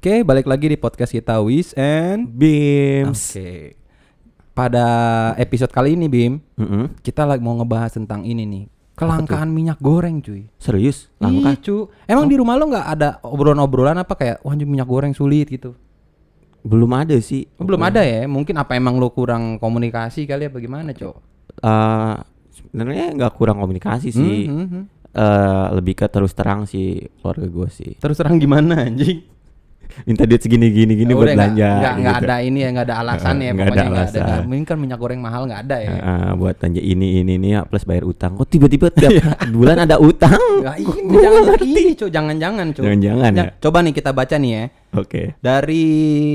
Oke, balik lagi di podcast kita Wiz and Bims. Oke. Pada episode kali ini Bim, kita lagi mau ngebahas tentang ini nih, kelangkaan minyak goreng cuy. Serius? Langka? Iya cu. Emang di rumah lo nggak ada obrolan-obrolan apa kayak wah minyak goreng sulit gitu? Belum ada sih. Belum ada ya? Mungkin apa emang lo kurang komunikasi kali apa gimana cok? Sebenarnya nggak kurang komunikasi sih. Lebih ke terus terang sih keluarga gue sih. Terus terang gimana anjing? Minta duit segini buat belanja. Nggak gitu. ada ini ya, nggak ada alasan ya. Nggak ada Pokoknya nggak ada. alasan. Mungkin kan minyak goreng mahal nggak ada ya. Buat belanja ini ya, plus bayar utang. Kok tiba-tiba tiap bulan ada utang? Nggak, jangan ini cok, jangan cok. Jangan ya. Coba nih kita baca nih ya. Oke. Dari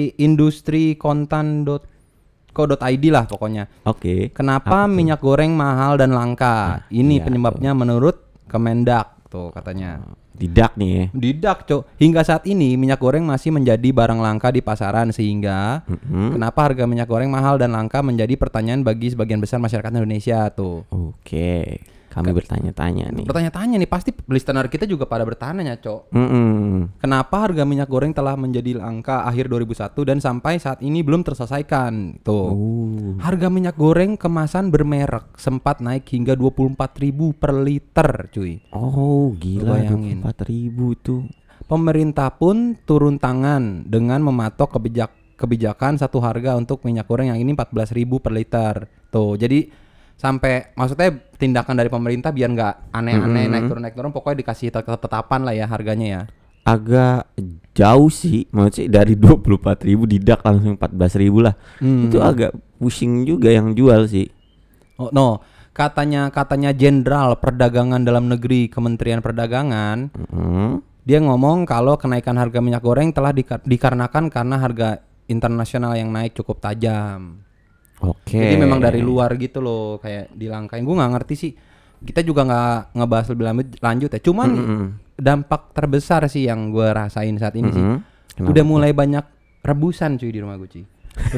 industrikontan.co.id lah pokoknya. Oke. Kenapa minyak goreng mahal dan langka? Ini iya penyebabnya menurut Kemendak tuh katanya. Didak nih ya. Didak, Cok. Hingga saat ini minyak goreng masih menjadi barang langka di pasaran sehingga kenapa harga minyak goreng mahal dan langka menjadi pertanyaan bagi sebagian besar masyarakat Indonesia tuh. Oke. Kami bertanya-tanya nih. Bertanya-tanya nih, pasti listener kita juga pada bertanya, Cok. Kenapa harga minyak goreng telah menjadi langka akhir 2001 dan sampai saat ini belum terselesaikan? Tuh. Harga minyak goreng kemasan bermerek sempat naik hingga 24.000 per liter, cuy. Oh, gila, Bayangin. 24.000 tuh. Pemerintah pun turun tangan dengan mematok kebijakan satu harga untuk minyak goreng yang ini 14.000 per liter. Tuh, jadi sampai maksudnya tindakan dari pemerintah biar nggak aneh-aneh naik turun pokoknya dikasih ketetapan lah ya harganya ya. Agak jauh sih, maksudnya dari 24.000 didak langsung 14.000 lah. Itu agak pusing juga yang jual sih. Oh no, katanya Jenderal Perdagangan Dalam Negeri Kementerian Perdagangan, dia ngomong kalau kenaikan harga minyak goreng telah dikarenakan karena harga internasional yang naik cukup tajam. Oke. Jadi memang dari luar gitu loh kayak dilangkain. Gue nggak ngerti sih. Kita juga nggak ngebahas lebih lanjut ya. Cuman dampak terbesar sih yang gue rasain saat ini sih. Kenapa? Udah mulai banyak rebusan cuy di rumah gue cuy.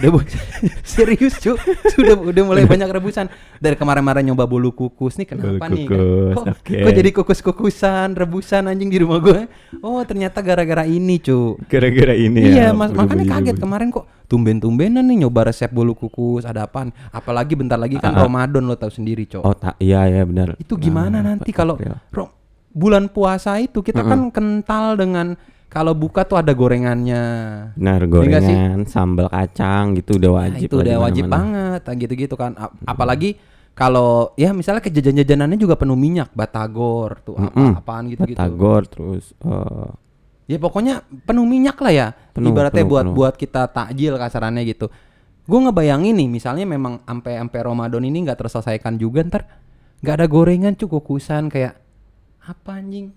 Serius cuy. Udah mulai banyak rebusan. Dari kemarin-kemarin nyoba bolu kukus nih kenapa Bolu nih? kukus, Kok jadi kukus-kukusan, rebusan anjing di rumah gue? Oh ternyata gara-gara ini cuy. Gara-gara ini Iya, ya. makanya kaget kemarin kok tumben-tumbenan nih nyoba resep bolu kukus, ada apaan? Apalagi bentar lagi kan Ramadan lo tahu sendiri, Cok. Oh, iya benar. Itu gimana nanti kalau bulan puasa itu kita kan kental dengan kalau buka tuh ada gorengannya. Benar, gorengan, sambal kacang gitu udah wajib. Itu udah wajib banget, gitu-gitu kan. Apalagi kalau ya misalnya ke jajan-jajanannya juga penuh minyak, batagor tuh apaan gitu-gitu. Batagor terus ya pokoknya penuh minyak lah ya. Ibaratnya buat kita takjil kasarannya gitu. Gue ngebayangin nih misalnya memang sampai Ramadan ini nggak terselesaikan juga ntar nggak ada gorengan kukusan kayak apa anjing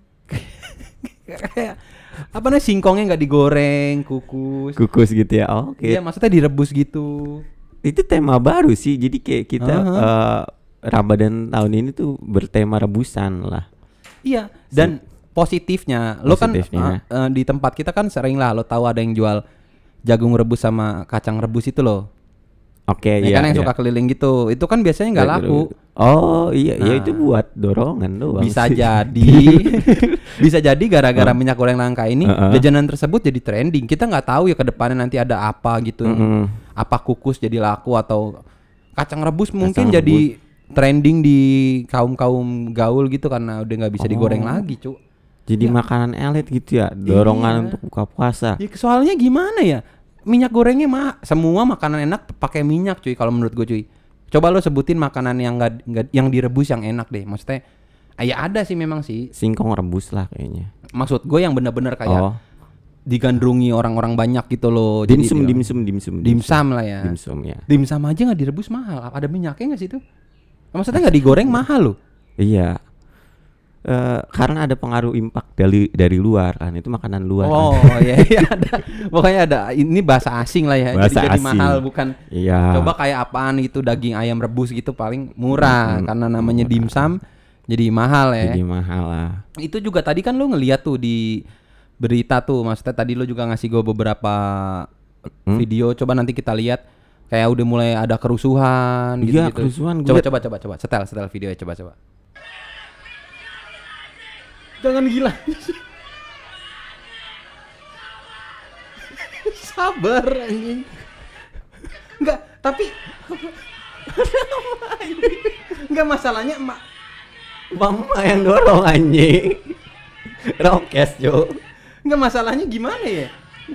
kayak apa nih singkongnya nggak digoreng kukus gitu ya. Oke. Iya maksudnya direbus gitu. Itu tema baru sih. Jadi kayak kita Ramadan tahun ini tuh bertema rebusan lah. Iya dan positifnya lo kan di tempat kita kan sering lah lo tahu ada yang jual jagung rebus sama kacang rebus itu loh. Oke, iya. Kan yang suka keliling gitu. Itu kan biasanya nggak laku. Oh iya, ya itu buat dorongan doang. Bisa jadi, bisa jadi gara-gara minyak goreng langka ini jajanan tersebut jadi trending. Kita nggak tahu ya ke depannya nanti ada apa gitu. Apa kukus jadi laku atau kacang rebus mungkin jadi trending di kaum gaul gitu karena udah nggak bisa digoreng lagi, Cuk. Jadi makanan elit gitu ya, dorongan untuk buka puasa. Ya, soalnya gimana ya? Minyak gorengnya semua makanan enak pakai minyak, cuy. Kalau menurut gue, cuy. Coba lo sebutin makanan yang nggak yang direbus yang enak deh. Maksudnya, ya ada sih memang sih. Singkong rebus lah kayaknya. Maksud gue yang benar-benar kayak digandrungi orang-orang banyak gitu loh. Dimsum lah ya. Dimsum ya. Dimsum aja nggak direbus mahal. Ada minyaknya nggak sih itu? Maksudnya nggak digoreng mahal loh. Iya. Karena ada pengaruh impact dari luar kan, itu makanan luar. Oh iya ada. Pokoknya ada ini bahasa asing lah ya. Jadi mahal bukan. Iya. Coba kayak apaan gitu daging ayam rebus gitu paling murah karena namanya dimsum jadi mahal ya. Jadi mahal lah. Itu juga tadi kan lo ngeliat tuh di berita tuh, maksudnya tadi lo juga ngasih gue beberapa video. Coba nanti kita lihat kayak udah mulai ada kerusuhan gitu. Iya, kerusuhan. Coba setel videonya coba. Jangan gila. Sabar anjing. Enggak, tapi enggak masalahnya Mama yang dorong anjing. Rokes, Jo. Enggak masalahnya gimana ya?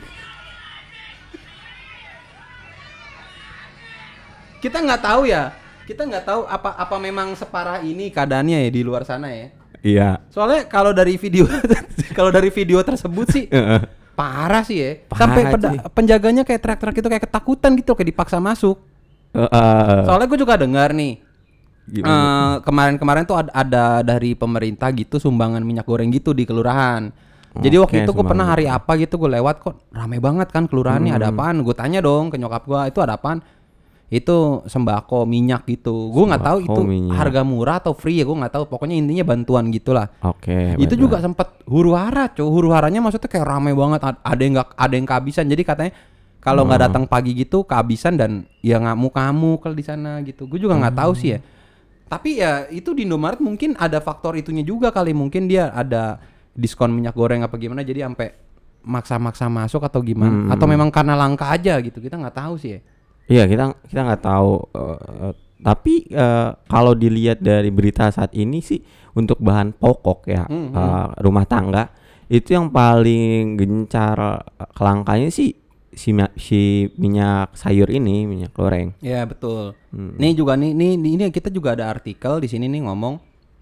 Kita nggak tahu ya. Kita nggak tahu apa memang separah ini keadaannya ya di luar sana ya. Iya. Soalnya kalau dari video tersebut sih parah sih ya. Parah Sampai sih. penjaganya kayak teriak-teriak gitu, kayak ketakutan gitu, kayak dipaksa masuk. Soalnya gue juga dengar nih. Kemarin-kemarin tuh ada dari pemerintah gitu sumbangan minyak goreng gitu di kelurahan. Jadi waktu itu gue pernah hari apa gitu gue lewat, kok rame banget kan kelurahannya, ada apaan? Gue tanya dong ke nyokap gue, itu ada apaan? Itu sembako minyak gitu. Gue nggak tahu itu minyak. Harga murah atau free ya, gue nggak tahu. Pokoknya intinya bantuan gitulah. Oke. Itu juga sempat huru hara, huru haranya maksudnya kayak rame banget. Ada yang kehabisan. Jadi katanya kalau nggak datang pagi gitu kehabisan dan ya ngamuk di sana gitu. Gue juga nggak tahu sih ya. Tapi ya itu di Indomaret mungkin ada faktor itunya juga kali. Mungkin dia ada diskon minyak goreng apa gimana. Jadi sampai maksa-maksa masuk atau gimana. Atau memang karena langka aja gitu. Kita nggak tahu sih ya. Iya, kita nggak tahu. Tapi kalau dilihat dari berita saat ini sih untuk bahan pokok ya, rumah tangga itu yang paling gencar kelangkanya sih si minyak sayur ini, minyak goreng. Ya betul. Nih juga ini kita juga ada artikel di sini nih ngomong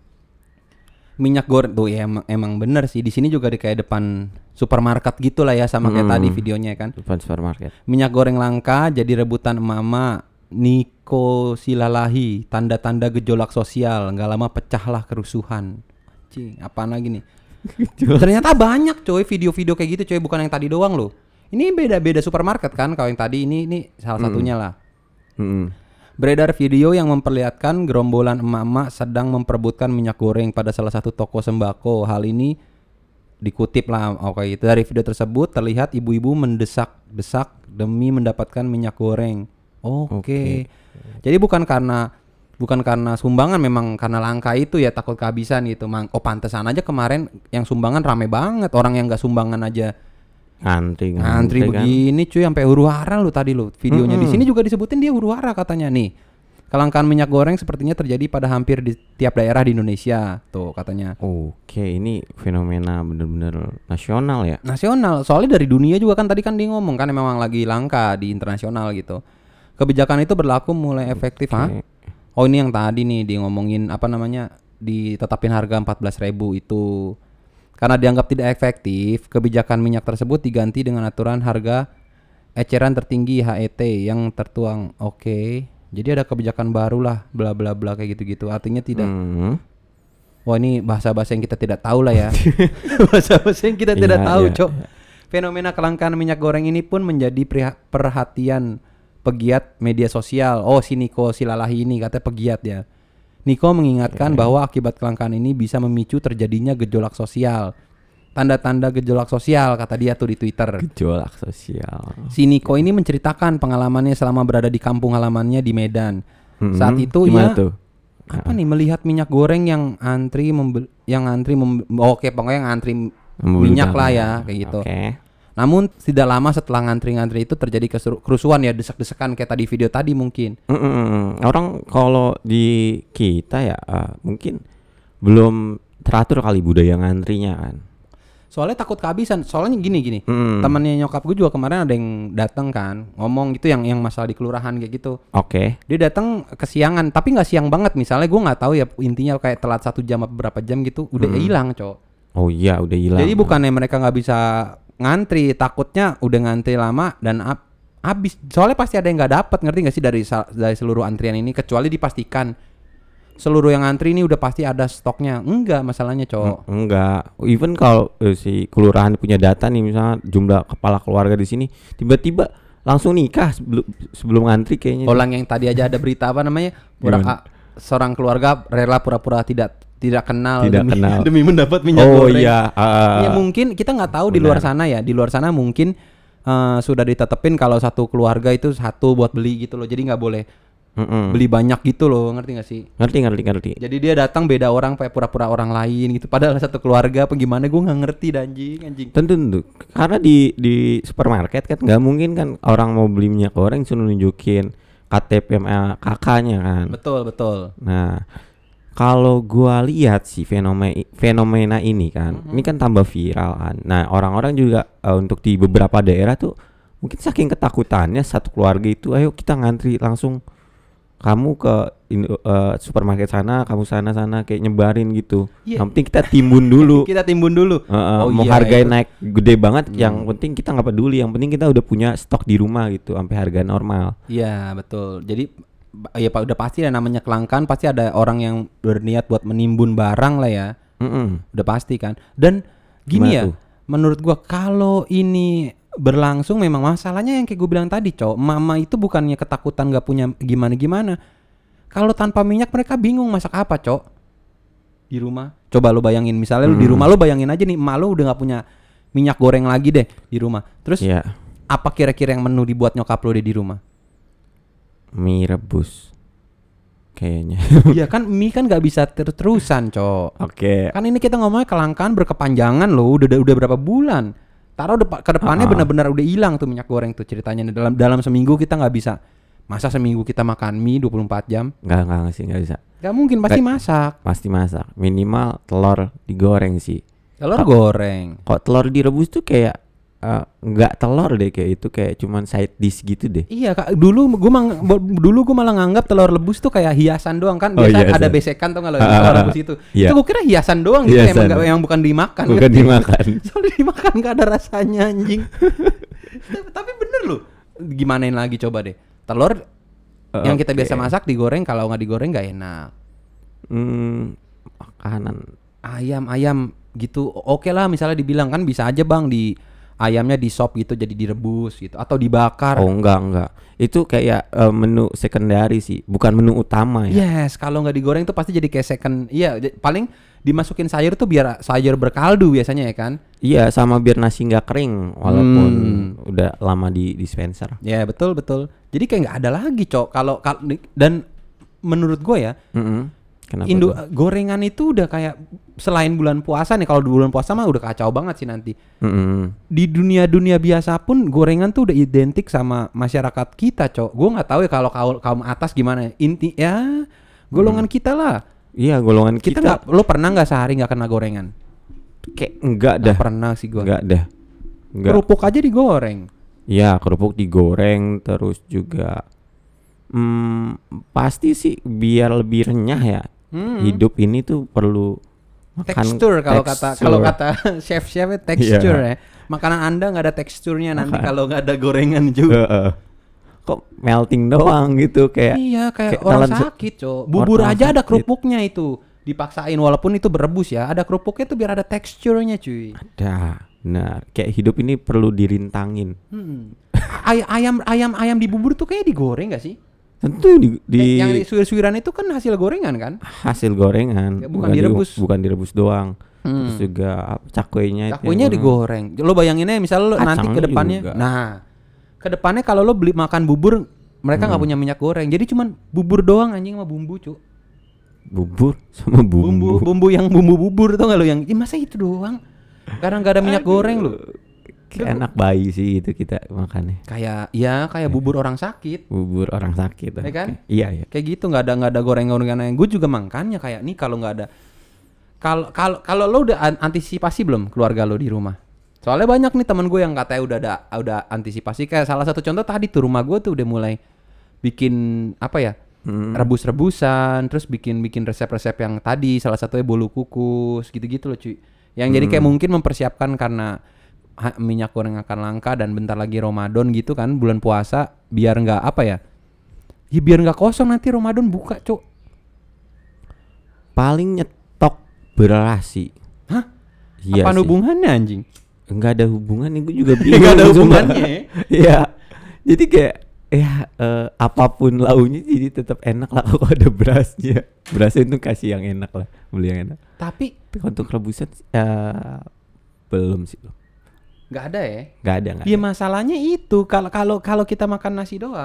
minyak goreng tuh ya emang bener sih. Di sini juga di kayak depan supermarket gitulah ya, sama kayak tadi videonya kan. Depan supermarket. Minyak goreng langka jadi rebutan emak-emak. Niko Silalahi, tanda-tanda gejolak sosial, nggak lama pecahlah kerusuhan. Cing, apaan lagi nih? Ternyata banyak coy video-video kayak gitu coy, bukan yang tadi doang loh. Ini beda-beda supermarket kan, kalau yang tadi ini salah satunya lah. Beredar video yang memperlihatkan gerombolan emak-emak sedang memperebutkan minyak goreng pada salah satu toko sembako. Hal ini dikutip lah, itu dari video tersebut terlihat ibu-ibu mendesak-desak demi mendapatkan minyak goreng. Oke. Jadi bukan karena sumbangan, memang karena langka itu ya, takut kehabisan gitu. Pantesan aja kemarin yang sumbangan rame banget, orang yang nggak sumbangan aja ngantri begini kan? Cuy, sampai huru hara lu tadi lu videonya. Di sini juga disebutin dia huru hara katanya nih. Kelangkaan minyak goreng sepertinya terjadi pada hampir di tiap daerah di Indonesia tuh katanya. Oke, ini fenomena bener-bener nasional ya. Nasional, soalnya dari dunia juga kan tadi kan dia ngomong kan memang lagi langka di internasional gitu. Kebijakan itu berlaku mulai efektif. Oh ini yang tadi nih dia ngomongin apa namanya, ditetapin harga 14.000 itu. Karena dianggap tidak efektif, kebijakan minyak tersebut diganti dengan aturan harga eceran tertinggi HET yang tertuang. Oke. Jadi ada kebijakan baru lah, bla bla bla kayak gitu-gitu. Artinya tidak. Wah ini bahasa-bahasa yang kita tidak tahu lah ya. Bahasa-bahasa yang kita tidak tahu, Cok. Fenomena kelangkaan minyak goreng ini pun menjadi perhatian pegiat media sosial. Oh si Niko Silalahi ini katanya pegiat ya. Niko mengingatkan bahwa akibat kelangkaan ini bisa memicu terjadinya gejolak sosial. Tanda-tanda gejolak sosial kata dia tuh di Twitter. Gejolak sosial. Si Niko ini menceritakan pengalamannya selama berada di kampung halamannya di Medan. Saat itu ia melihat minyak goreng yang antri pokoknya yang antri minyak lah ya kayak gitu. Namun tidak lama setelah ngantri-ngantri itu terjadi kerusuhan ya, desak-desakan kayak tadi video tadi mungkin. Orang kalau di kita ya mungkin belum teratur kali budaya ngantrinya kan. Soalnya takut kehabisan. Soalnya gini. Temannya nyokap gue juga kemarin ada yang datang kan, ngomong gitu yang masalah di kelurahan kayak gitu. Oke. Dia datang kesiangan, tapi nggak siang banget. Misalnya gue nggak tahu ya, intinya kayak telat 1 jam atau berapa jam gitu, udah hilang, Cok. Oh iya, udah hilang. Jadi bukannya mereka nggak bisa ngantri, takutnya udah ngantri lama dan habis. Soalnya pasti ada yang nggak dapat, ngerti nggak sih dari seluruh antrian ini, kecuali dipastikan seluruh yang ngantri ini udah pasti ada stoknya. Enggak masalahnya, Cok. Enggak. Even kalau si kelurahan punya data nih, misalnya jumlah kepala keluarga di sini tiba-tiba langsung nikah sebelum ngantri kayaknya. Orang yang tadi aja ada berita apa namanya? Seorang keluarga rela pura-pura tidak kenal demi mendapat minyak goreng. Oh iya. Ya mungkin kita nggak tahu di luar sana ya. Di luar sana mungkin sudah ditetepin kalau satu keluarga itu satu buat beli gitu loh. Jadi nggak boleh beli banyak gitu loh, ngerti gak sih? Ngerti. Jadi dia datang beda orang, kayak pura-pura orang lain gitu, padahal satu keluarga apa gimana, gue nggak ngerti dah, anjing. Tentu. Karena di supermarket kan nggak mungkin kan orang mau beli minyak goreng suruh nunjukin KTP sama kakaknya kan. Betul. Nah, kalau gua lihat sih fenomena ini kan, ini kan tambah viral kan. Nah, orang-orang juga untuk di beberapa daerah tuh mungkin saking ketakutannya satu keluarga itu, ayo kita ngantri langsung, kamu ke supermarket sana, kamu sana kayak nyebarin gitu. Yang penting kita timbun dulu. Mau harga naik gede banget, yang penting kita nggak peduli, yang penting kita udah punya stok di rumah gitu sampai harga normal. Iya, betul. Jadi ya Pak, udah pasti ya namanya kelangkaan, pasti ada orang yang berniat buat menimbun barang lah ya. Udah pasti kan. Dan gini ya, menurut gua kalau ini berlangsung memang masalahnya yang kayak gue bilang tadi, mama itu bukannya ketakutan gak punya gimana. Kalau tanpa minyak mereka bingung masak apa, di rumah. Coba lu bayangin, misalnya lu di rumah, lu bayangin aja nih, emak lu udah gak punya minyak goreng lagi deh di rumah. Terus apa kira-kira yang menu dibuat nyokap lu deh di rumah? Mie rebus kayaknya. Iya kan, mie kan nggak bisa terus-terusan, Oke. Kan ini kita ngomongnya kelangkaan berkepanjangan loh, udah berapa bulan. Taruh ke depannya benar-benar udah hilang tuh minyak goreng tuh ceritanya. Dalam seminggu kita nggak bisa. Masa seminggu kita makan mie 24 jam? Nggak bisa. Nggak mungkin, pasti masak. Pasti masak. Minimal telur digoreng sih. Telur goreng. Kok telur direbus tuh kayak nggak telur deh, kayak itu kayak cuman side dish gitu deh. Iya Kak, dulu gue malah nganggap telur rebus tuh kayak hiasan doang kan. Biasa ada besekan tuh kalau telur rebus itu. Itu gue kira hiasan doang gitu, emang bukan dimakan. Soalnya dimakan gak ada rasanya, anjing. Tapi bener loh. Gimanain lagi coba deh. Telur yang kita biasa masak digoreng, kalau nggak digoreng nggak enak. Makanan ayam gitu. Oke lah, misalnya dibilang kan bisa aja bang ayamnya di sop gitu, jadi direbus gitu atau dibakar. Oh enggak. Itu kayak menu secondary sih, bukan menu utama ya. Yes, kalau nggak digoreng tuh pasti jadi kayak second. Iya, paling dimasukin sayur tuh biar sayur berkaldu biasanya ya kan. Iya, sama biar nasi nggak kering walaupun udah lama di dispenser. Ya betul. Jadi kayak nggak ada lagi kalau dan menurut gue ya. Gorengan itu udah kayak selain bulan puasa nih, kalau di bulan puasa mah udah kacau banget sih nanti. Di dunia biasa pun gorengan tuh udah identik sama masyarakat kita, Gue nggak tahu ya kalau kaum atas gimana. Inti ya golongan kita lah. Iya, golongan kita. Lo pernah nggak sehari nggak kena gorengan? Kayak enggak dah. Pernah sih gue. Enggak dah. Kerupuk aja digoreng. Iya, kerupuk digoreng, terus juga pasti sih biar lebih renyah ya. Hidup ini tuh perlu tekstur, kalau kata chef tekstur ya. Makanan Anda nggak ada teksturnya nanti kalau nggak ada gorengan juga. Kok melting doang gitu kayak. Iya, kayak orang sakit, Bubur aja ada kerupuknya itu. Dipaksain walaupun itu berebus ya, ada kerupuknya tuh biar ada teksturnya, cuy. Ada. Benar. Kayak hidup ini perlu dirintangin. Ayam di bubur tuh kayak digoreng nggak sih? Tentu di yang suir-suiran itu kan hasil gorengan kan? Hasil gorengan, ya, bukan direbus. Bukan direbus doang. Terus juga cakwenya digoreng. Lo bayanginnya misal lo nanti ke depannya. Juga. Nah, ke depannya kalau lo beli makan bubur, mereka nggak punya minyak goreng. Jadi cuman bubur doang anjing sama bumbu, Cuk. Bubur sama bumbu. Bumbu yang bumbu bubur tau gak lo yang masa itu doang? Karena nggak ada minyak goreng lo. Kayak anak bayi sih itu kita makannya. Kayak bubur orang sakit. Bubur orang sakit. Ya kan? Iya. Kayak gitu, nggak ada gorengan-gorengan. Gue juga makannya kayak nih kalau nggak ada. Kalau lo udah antisipasi belum keluarga lo di rumah? Soalnya banyak nih teman gue yang katanya udah antisipasi. Kayak salah satu contoh tadi tuh, rumah gue tuh udah mulai bikin apa ya? Rebus-rebusan, terus bikin resep-resep yang tadi, salah satunya bolu kukus, gitu-gitu loh cuy. Yang jadi kayak mungkin mempersiapkan karena minyak goreng akan langka dan bentar lagi Ramadan gitu kan, bulan puasa, biar nggak apa ya? Ya biar nggak kosong nanti Ramadan buka, Cuk. Paling nyetok beras sih. Hah? Iya. Apa hubungannya anjing? Enggak ada hubungannya, gue juga bingung. Enggak ada hubungannya. Iya. Jadi kayak apapun launya jadi tetap enak lah kalau ada berasnya. Berasnya itu kasih yang enak lah, beli yang enak. Tapi untuk rebusan belum sih. Nggak ada ya? Nggak ada. Iya, masalahnya itu kalau kita makan nasi doang,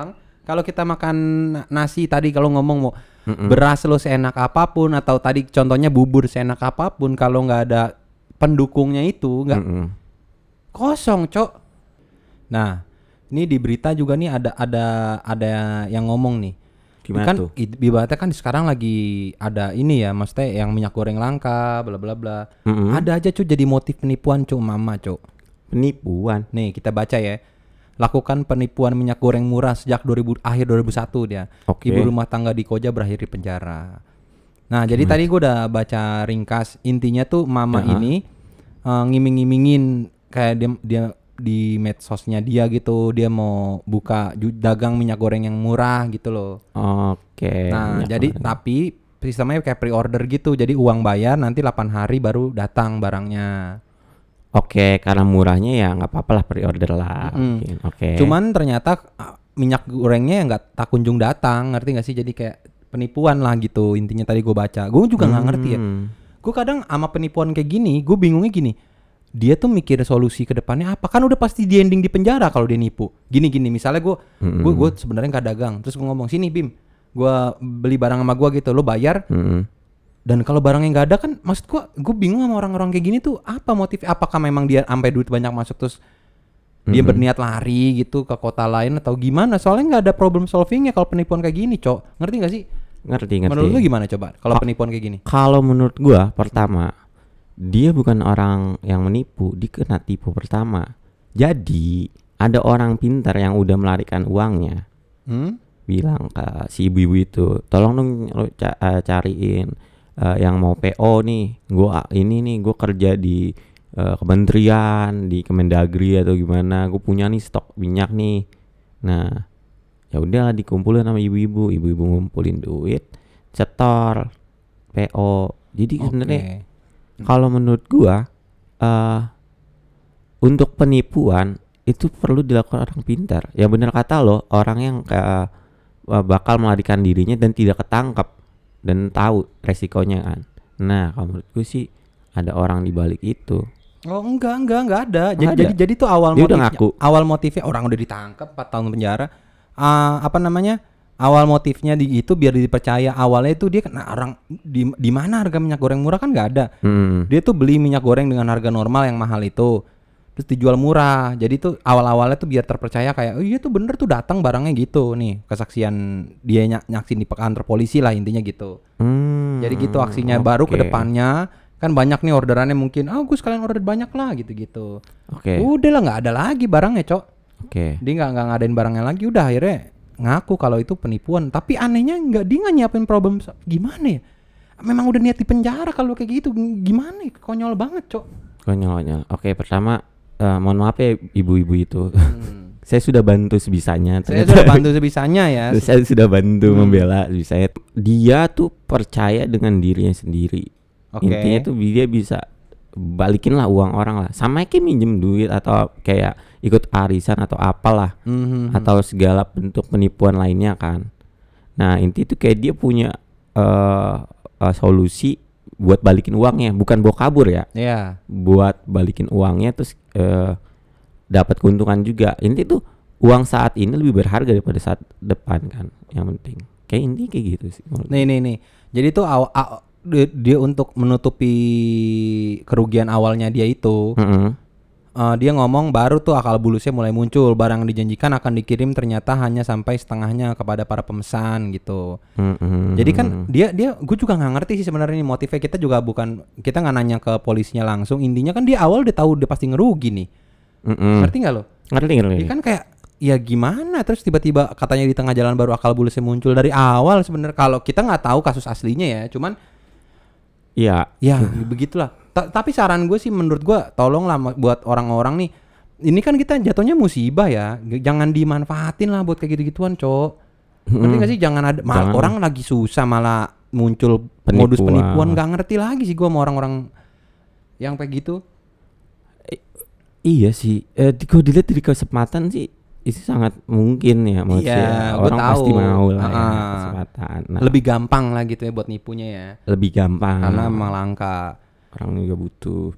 Kalau kita makan nasi tadi, kalau ngomong mau beras lo seenak apapun, atau tadi contohnya bubur seenak apapun, kalau nggak ada pendukungnya itu nggak kosong, Cok. Nah, ini di berita juga nih ada yang ngomong nih. Gimana kan tuh? Ibaratnya kan sekarang lagi ada ini ya, maksudnya yang minyak goreng langka, bla bla bla. Ada aja Cok jadi motif penipuan, Cok, mama, Cok. Penipuan. Nih, kita baca ya. Lakukan penipuan minyak goreng murah sejak akhir 2001 dia. Oke. Ibu rumah tangga di Koja berakhir di penjara. Nah, jadi tadi gue udah baca ringkas. Intinya tuh mama ini ngiming-ngimingin kayak dia di medsosnya dia gitu. Dia mau buka dagang minyak goreng yang murah gitu loh. Oke. Nah, jadi tapi sistemnya kayak pre-order gitu. Jadi uang bayar nanti 8 hari baru datang barangnya. Oke, karena murahnya ya nggak apa-apa lah pre-order lah. Mungkin. Oke. Cuman ternyata minyak gorengnya nggak tak kunjung datang, ngerti nggak sih? Jadi kayak penipuan lah gitu. Intinya tadi gue baca, gue juga nggak ngerti ya. Gue kadang sama penipuan kayak gini, gue bingungnya gini. Dia tuh mikir solusi ke depannya apa? Kan udah pasti di ending di penjara kalau dia nipu. Gini, misalnya gue sebenarnya nggak dagang, terus gue ngomong sini Bim, gue beli barang sama gue gitu, lo bayar. Dan kalau barangnya nggak ada kan, maksud gue bingung sama orang-orang kayak gini tuh apa motifnya? Apakah memang dia sampai duit banyak masuk terus dia berniat lari gitu ke kota lain atau gimana? Soalnya nggak ada problem solvingnya kalau penipuan kayak gini, Cok. Ngerti nggak sih? Ngerti. Menurut lu gimana coba kalau penipuan kayak gini? Kalau menurut gua, pertama, dia bukan orang yang menipu, dia kena tipu pertama. Jadi ada orang pintar yang udah melarikan uangnya, bilang ke si ibu-ibu itu, tolong dong cariin yang mau PO nih, gua kerja di kementerian, di Kemendagri atau gimana, gue punya nih stok minyak nih. Nah, ya udahlah dikumpulin sama ibu-ibu ngumpulin duit, setor PO. Jadi sebenarnya kalau menurut gua untuk penipuan itu perlu dilakukan orang pintar. Ya benar kata lo, orang yang bakal melarikan dirinya dan tidak ketangkap dan tahu resikonya kan. Nah, kalau menurut gue sih ada orang di balik itu. Oh enggak ada. Jadi tuh awal motifnya orang udah ditangkap 4 tahun penjara. Awal motifnya itu biar dipercaya. Awalnya itu dia kena orang di mana harga minyak goreng murah kan nggak ada. Dia tuh beli minyak goreng dengan harga normal yang mahal itu, terus dijual murah. Jadi tuh awal-awalnya tuh biar terpercaya kayak oh iya tuh bener tuh datang barangnya gitu nih, kesaksian dia nyaksin di kantor polisi lah intinya gitu. Jadi gitu aksinya. Baru ke depannya kan banyak nih orderannya mungkin gue sekalian order banyak lah gitu. Udah lah nggak ada lagi barangnya, Cok. Dia nggak ngadain barangnya lagi, udah akhirnya ngaku kalau itu penipuan. Tapi anehnya dia nggak nyiapin problem gimana ya? Memang udah niat di penjara kalau kayak gitu, gimana ya? Konyol banget, Cok. Konyol. Oke, pertama mohon maaf ya ibu-ibu itu. Saya sudah bantu sebisanya. Saya ya. Saya sudah bantu membela sebisanya. Dia tuh percaya dengan dirinya sendiri. Intinya tuh dia bisa balikin lah uang orang lah. Sama kayak minjem duit atau kayak ikut arisan atau apalah. Atau segala bentuk penipuan lainnya kan. Nah, inti itu kayak dia punya solusi buat balikin uangnya, bukan bawa kabur ya. Iya. Buat balikin uangnya terus dapat keuntungan juga. Inti tuh uang saat ini lebih berharga daripada saat depan kan. Yang penting. Kayak inti kayak gitu sih. Nih. Jadi tuh dia untuk menutupi kerugian awalnya dia itu. Dia ngomong baru tuh akal bulusnya mulai muncul. Barang yang dijanjikan akan dikirim ternyata hanya sampai setengahnya kepada para pemesan gitu. Jadi kan gue juga nggak ngerti sih sebenarnya ini motifnya. Kita nggak nanya ke polisinya langsung. Intinya kan dia awal udah tahu dia pasti ngerugi nih. Ngerti nggak lo? Ngerti. Dia kan kayak ya gimana terus tiba-tiba katanya di tengah jalan baru akal bulusnya muncul. Dari awal sebenarnya kalau kita nggak tahu kasus aslinya ya, cuman ya begitulah. Tapi saran gue sih, menurut gue tolonglah buat orang-orang nih, ini kan kita jatuhnya musibah ya, jangan dimanfaatin lah buat kayak gitu-gituan, Cok. Ngerti gak sih? Jangan ada orang lagi susah malah muncul modus penipuan. Nggak ngerti lagi sih gue sama orang-orang yang kayak gitu. Iya sih, kalau dilihat dari kesempatan sih itu sangat mungkin ya, maksudnya orang pasti mau lah ya, kesempatan. Nah, lebih gampang lah gitu ya buat nipunya ya. Lebih gampang. Karena emang langka. Orang juga butuh.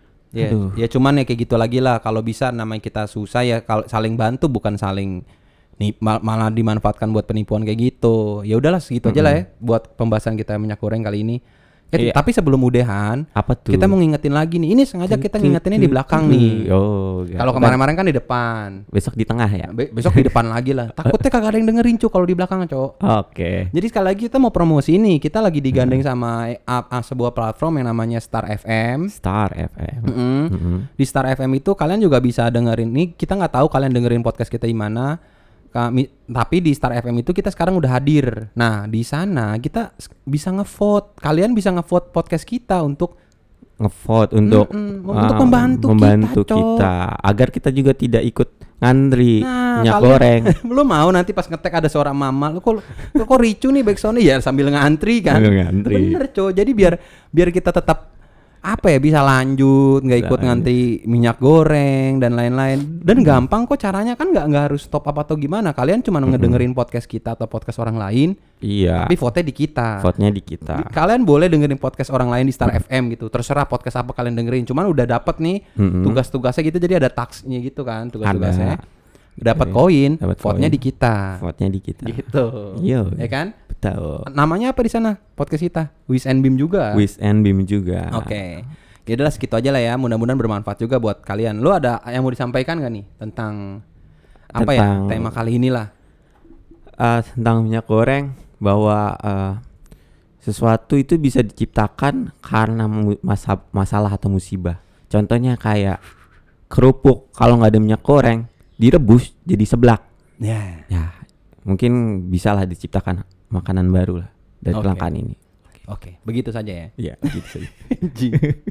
Ya cuman ya kayak gitu lagi lah. Kalau bisa namanya kita susah ya, kalau saling bantu bukan saling nih malah dimanfaatkan buat penipuan kayak gitu. Ya udahlah segitu aja lah ya buat pembahasan kita minyak goreng kali ini. Tapi sebelum udahan, apa tuh? Kita mau ngingetin lagi nih. Ini sengaja kita ngingetinnya di belakang nih. Oh, kalau kemarin-kemarin kan di depan. Besok di tengah ya. Besok di depan lagi lah. Takutnya kagak ada yang dengerin Cuk kalau di belakang, Cok. Oke. Jadi sekali lagi kita mau promosi nih. Kita lagi digandeng sama sebuah platform yang namanya Star FM. Star FM. Di Star FM itu kalian juga bisa dengerin nih. Kita nggak tahu kalian dengerin podcast kita di mana. Tapi di Star FM itu kita sekarang udah hadir. Nah, di sana kita bisa ngevote. Kalian bisa ngevote podcast kita untuk ngevote untuk membantu kita agar kita juga tidak ikut ngantri minyak goreng. Lu mau nanti pas ngetek ada suara mama, lu kok ricu nih backsound-nya ya sambil ngantri kan. Bener, Coy. Jadi biar kita tetap bisa lanjut, nggak ikut ngantri minyak goreng dan lain-lain. Dan gampang kok caranya, kan nggak harus stop apa atau gimana. Kalian cuma ngedengerin podcast kita atau podcast orang lain. Iya. Tapi vote-nya di kita. Kalian boleh dengerin podcast orang lain di Star FM gitu. Terserah podcast apa kalian dengerin. Cuman udah dapet nih tugas-tugasnya gitu. Jadi ada tax-nya gitu kan, tugas-tugasnya. Dapat koin, vote-nya di kita. Gitu. Iya. Ya kan? Betul. Namanya apa di sana? Podcast kita. Wiz and Beam juga. Oke. Ya udahlah segitu aja lah ya. Mudah-mudahan bermanfaat juga buat kalian. Lu ada yang mau disampaikan gak nih tentang tema kali inilah? Tentang minyak goreng, bahwa sesuatu itu bisa diciptakan karena masalah atau musibah. Contohnya kayak kerupuk, kalau nggak ada minyak goreng direbus jadi seblak. Ya, mungkin bisalah diciptakan makanan baru lah dari kelangkaan ini. Oke, begitu saja ya. Iya, begitu saja.